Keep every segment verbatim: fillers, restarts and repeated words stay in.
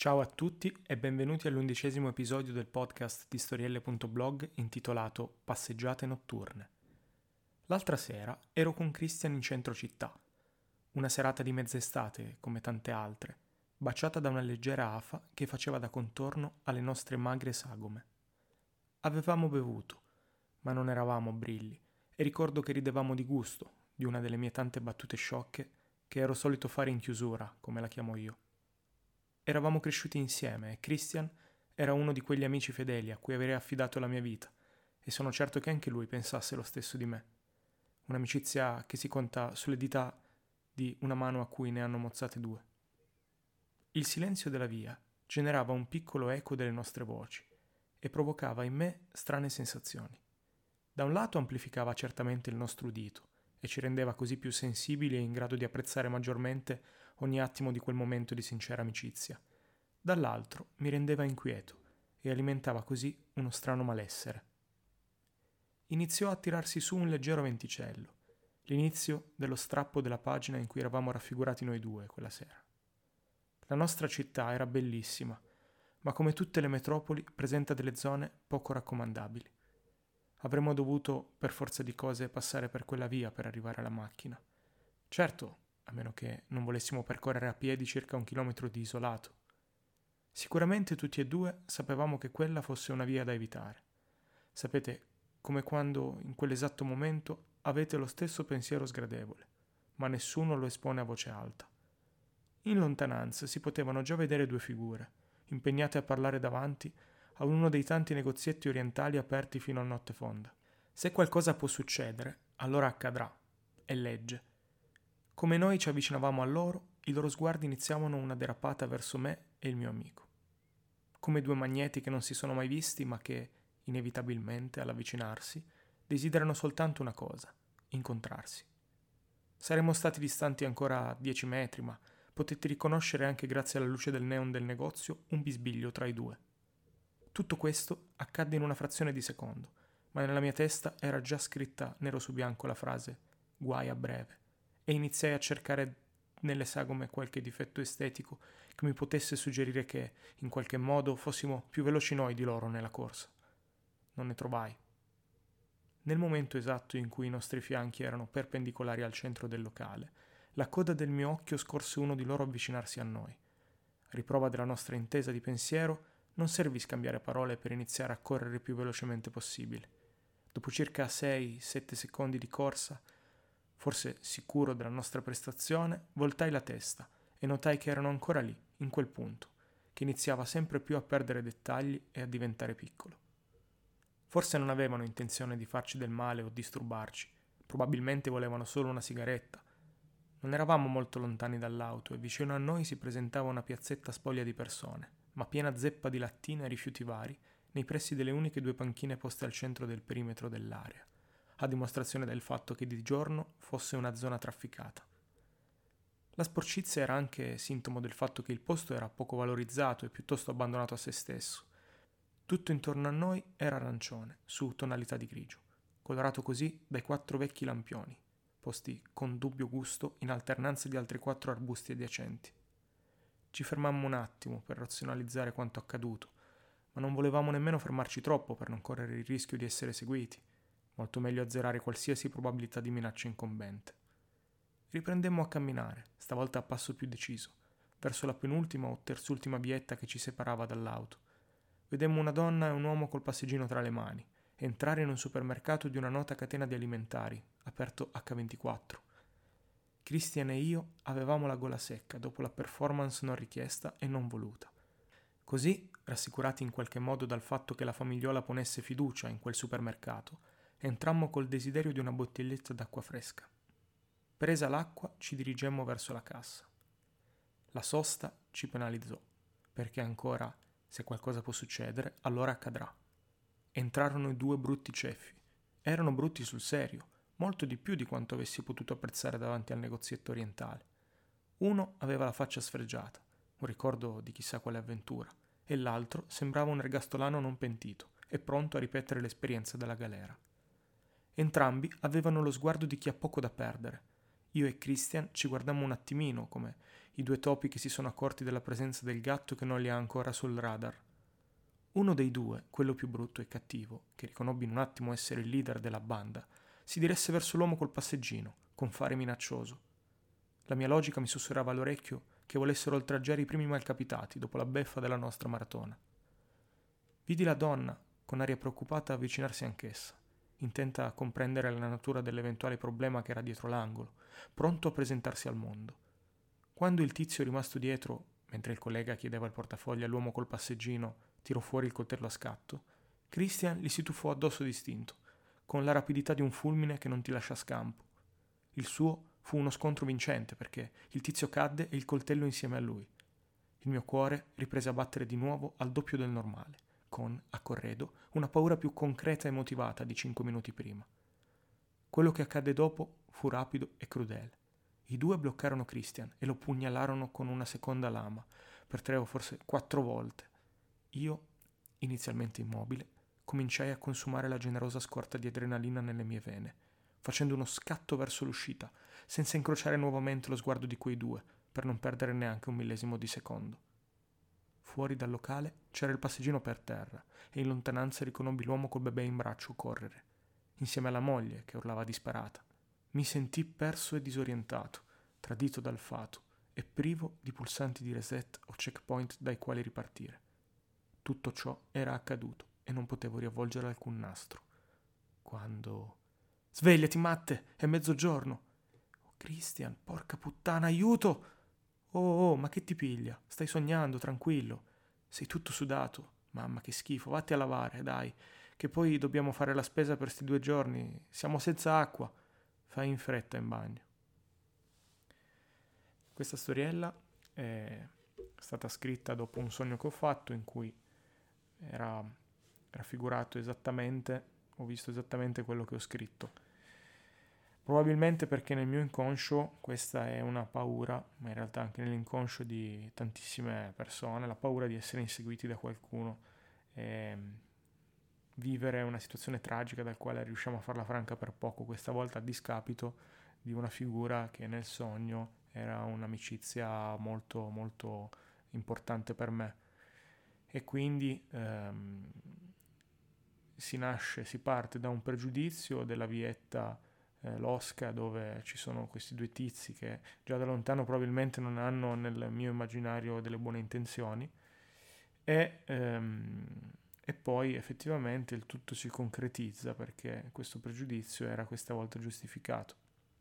Ciao a tutti e benvenuti all'undicesimo episodio del podcast di storielle punto blog intitolato Passeggiate notturne. L'altra sera ero con Christian in centro città, una serata di mezz'estate come tante altre, baciata da una leggera afa che faceva da contorno alle nostre magre sagome. Avevamo bevuto, ma non eravamo brilli, e ricordo che ridevamo di gusto di una delle mie tante battute sciocche che ero solito fare in chiusura, come la chiamo io. Eravamo cresciuti insieme e Christian era uno di quegli amici fedeli a cui avrei affidato la mia vita e sono certo che anche lui pensasse lo stesso di me. Un'amicizia che si conta sulle dita di una mano a cui ne hanno mozzate due. Il silenzio della via generava un piccolo eco delle nostre voci e provocava in me strane sensazioni. Da un lato amplificava certamente il nostro udito e ci rendeva così più sensibili e in grado di apprezzare maggiormente ogni attimo di quel momento di sincera amicizia. Dall'altro mi rendeva inquieto e alimentava così uno strano malessere. Iniziò a tirarsi su un leggero venticello, l'inizio dello strappo della pagina in cui eravamo raffigurati noi due quella sera. La nostra città era bellissima, ma come tutte le metropoli presenta delle zone poco raccomandabili. Avremmo dovuto, per forza di cose, passare per quella via per arrivare alla macchina. Certo, a meno che non volessimo percorrere a piedi circa un chilometro di isolato. Sicuramente tutti e due sapevamo che quella fosse una via da evitare. Sapete, come quando in quell'esatto momento avete lo stesso pensiero sgradevole, ma nessuno lo espone a voce alta. In lontananza si potevano già vedere due figure, impegnate a parlare davanti a uno dei tanti negozietti orientali aperti fino a notte fonda. Se qualcosa può succedere, allora accadrà, è legge. Come noi ci avvicinavamo a loro, i loro sguardi iniziavano una derapata verso me e il mio amico. Come due magneti che non si sono mai visti, ma che, inevitabilmente, all'avvicinarsi, desiderano soltanto una cosa, incontrarsi. Saremmo stati distanti ancora dieci metri, ma potete riconoscere anche grazie alla luce del neon del negozio un bisbiglio tra i due. Tutto questo accadde in una frazione di secondo, ma nella mia testa era già scritta nero su bianco la frase «guai a breve» e iniziai a cercare nelle sagome qualche difetto estetico che mi potesse suggerire che, in qualche modo, fossimo più veloci noi di loro nella corsa. Non ne trovai. Nel momento esatto in cui i nostri fianchi erano perpendicolari al centro del locale, la coda del mio occhio scorse uno di loro avvicinarsi a noi. A riprova della nostra intesa di pensiero, non servì scambiare parole per iniziare a correre il più velocemente possibile. Dopo circa sei sette secondi di corsa, forse sicuro della nostra prestazione, voltai la testa e notai che erano ancora lì, in quel punto, che iniziava sempre più a perdere dettagli e a diventare piccolo. Forse non avevano intenzione di farci del male o disturbarci, probabilmente volevano solo una sigaretta. Non eravamo molto lontani dall'auto e vicino a noi si presentava una piazzetta spoglia di persone, ma piena zeppa di lattine e rifiuti vari, nei pressi delle uniche due panchine poste al centro del perimetro dell'area, a dimostrazione del fatto che di giorno fosse una zona trafficata. La sporcizia era anche sintomo del fatto che il posto era poco valorizzato e piuttosto abbandonato a se stesso. Tutto intorno a noi era arancione, su tonalità di grigio, colorato così dai quattro vecchi lampioni, posti con dubbio gusto in alternanza di altri quattro arbusti adiacenti. Ci fermammo un attimo per razionalizzare quanto accaduto, ma non volevamo nemmeno fermarci troppo per non correre il rischio di essere seguiti. Molto meglio azzerare qualsiasi probabilità di minaccia incombente. Riprendemmo a camminare, stavolta a passo più deciso, verso la penultima o terzultima vietta che ci separava dall'auto. Vedemmo una donna e un uomo col passeggino tra le mani entrare in un supermercato di una nota catena di alimentari, aperto acca ventiquattro. Christian e io avevamo la gola secca dopo la performance non richiesta e non voluta. Così, rassicurati in qualche modo dal fatto che la famigliola ponesse fiducia in quel supermercato, entrammo col desiderio di una bottiglietta d'acqua fresca. Presa l'acqua, ci dirigemmo verso la cassa. La sosta ci penalizzò, perché ancora, se qualcosa può succedere, allora accadrà. Entrarono i due brutti ceffi. Erano brutti sul serio, molto di più di quanto avessi potuto apprezzare davanti al negozietto orientale. Uno aveva la faccia sfregiata, un ricordo di chissà quale avventura, e l'altro sembrava un ergastolano non pentito e pronto a ripetere l'esperienza della galera. Entrambi avevano lo sguardo di chi ha poco da perdere. Io e Christian ci guardammo un attimino, come i due topi che si sono accorti della presenza del gatto che non li ha ancora sul radar. Uno dei due, quello più brutto e cattivo, che riconobbi in un attimo essere il leader della banda, si diresse verso l'uomo col passeggino, con fare minaccioso. La mia logica mi sussurrava all'orecchio che volessero oltraggiare i primi malcapitati dopo la beffa della nostra maratona. Vidi la donna, con aria preoccupata, avvicinarsi anch'essa, intenta a comprendere la natura dell'eventuale problema che era dietro l'angolo, pronto a presentarsi al mondo. Quando il tizio rimasto dietro, mentre il collega chiedeva il portafoglio all'uomo col passeggino, tirò fuori il coltello a scatto, Christian gli si tuffò addosso distinto, con la rapidità di un fulmine che non ti lascia scampo. Il suo fu uno scontro vincente perché il tizio cadde e il coltello insieme a lui. Il mio cuore riprese a battere di nuovo al doppio del normale, con, a corredo, una paura più concreta e motivata di cinque minuti prima. Quello che accadde dopo fu rapido e crudele. I due bloccarono Christian e lo pugnalarono con una seconda lama, per tre o forse quattro volte. Io, inizialmente immobile, cominciai a consumare la generosa scorta di adrenalina nelle mie vene, facendo uno scatto verso l'uscita, senza incrociare nuovamente lo sguardo di quei due, per non perdere neanche un millesimo di secondo. Fuori dal locale c'era il passeggino per terra e in lontananza riconobbi l'uomo col bebè in braccio correre, insieme alla moglie che urlava disperata. Mi sentii perso e disorientato, tradito dal fato e privo di pulsanti di reset o checkpoint dai quali ripartire. Tutto ciò era accaduto e non potevo riavvolgere alcun nastro. Quando... Svegliati, Matte, è mezzogiorno! Oh, Christian, porca puttana, aiuto! Oh, oh, ma che ti piglia? Stai sognando, tranquillo. Sei tutto sudato. Mamma, che schifo, vatti a lavare, dai, che poi dobbiamo fare la spesa per sti due giorni. Siamo senza acqua. Fai in fretta in bagno. Questa storiella è stata scritta dopo un sogno che ho fatto in cui era raffigurato esattamente, ho visto esattamente quello che ho scritto. Probabilmente perché nel mio inconscio questa è una paura, ma in realtà anche nell'inconscio di tantissime persone, la paura di essere inseguiti da qualcuno e vivere una situazione tragica dal quale riusciamo a farla franca per poco, questa volta a discapito di una figura che nel sogno era un'amicizia molto molto importante per me. E quindi ehm, si nasce, si parte da un pregiudizio della vietta eh, losca, dove ci sono questi due tizi che già da lontano probabilmente non hanno nel mio immaginario delle buone intenzioni, e, ehm, e poi effettivamente il tutto si concretizza perché questo pregiudizio era questa volta giustificato.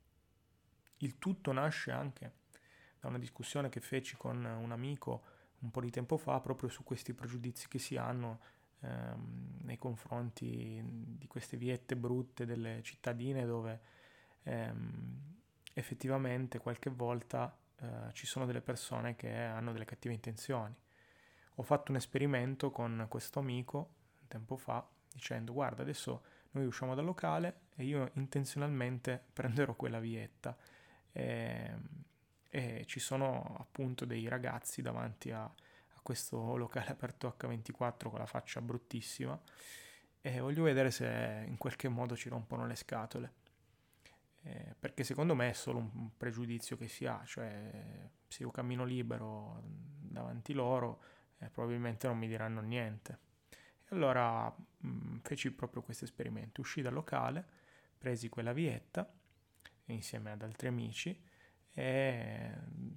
Il tutto nasce anche da una discussione che feci con un amico un po' di tempo fa proprio su questi pregiudizi che si hanno ehm, nei confronti di queste viette brutte delle cittadine dove ehm, effettivamente qualche volta eh, ci sono delle persone che hanno delle cattive intenzioni. Ho fatto un esperimento con questo amico tempo fa dicendo: guarda, adesso noi usciamo dal locale e io intenzionalmente prenderò quella vietta e, e ci sono appunto dei ragazzi davanti a, a questo locale aperto acca ventiquattro con la faccia bruttissima e voglio vedere se in qualche modo ci rompono le scatole, eh, perché secondo me è solo un pregiudizio che si ha, cioè se io cammino libero davanti loro eh, probabilmente non mi diranno niente. E allora mh, feci proprio questo esperimento, uscì dal locale, presi quella vietta insieme ad altri amici e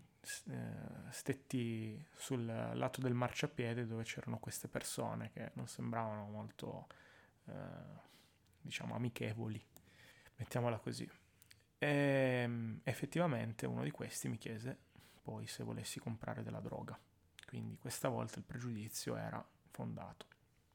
stetti sul lato del marciapiede dove c'erano queste persone che non sembravano molto eh, diciamo amichevoli, mettiamola così. E effettivamente uno di questi mi chiese poi se volessi comprare della droga, quindi questa volta il pregiudizio era fondato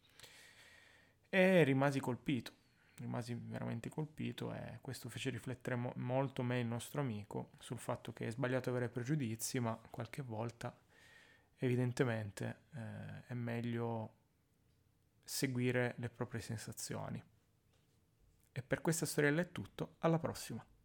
e rimasi colpito rimasi veramente colpito e questo fece riflettere mo- molto me, il nostro amico, sul fatto che è sbagliato avere pregiudizi, ma qualche volta evidentemente eh, è meglio seguire le proprie sensazioni. E per questa storiella è tutto, alla prossima!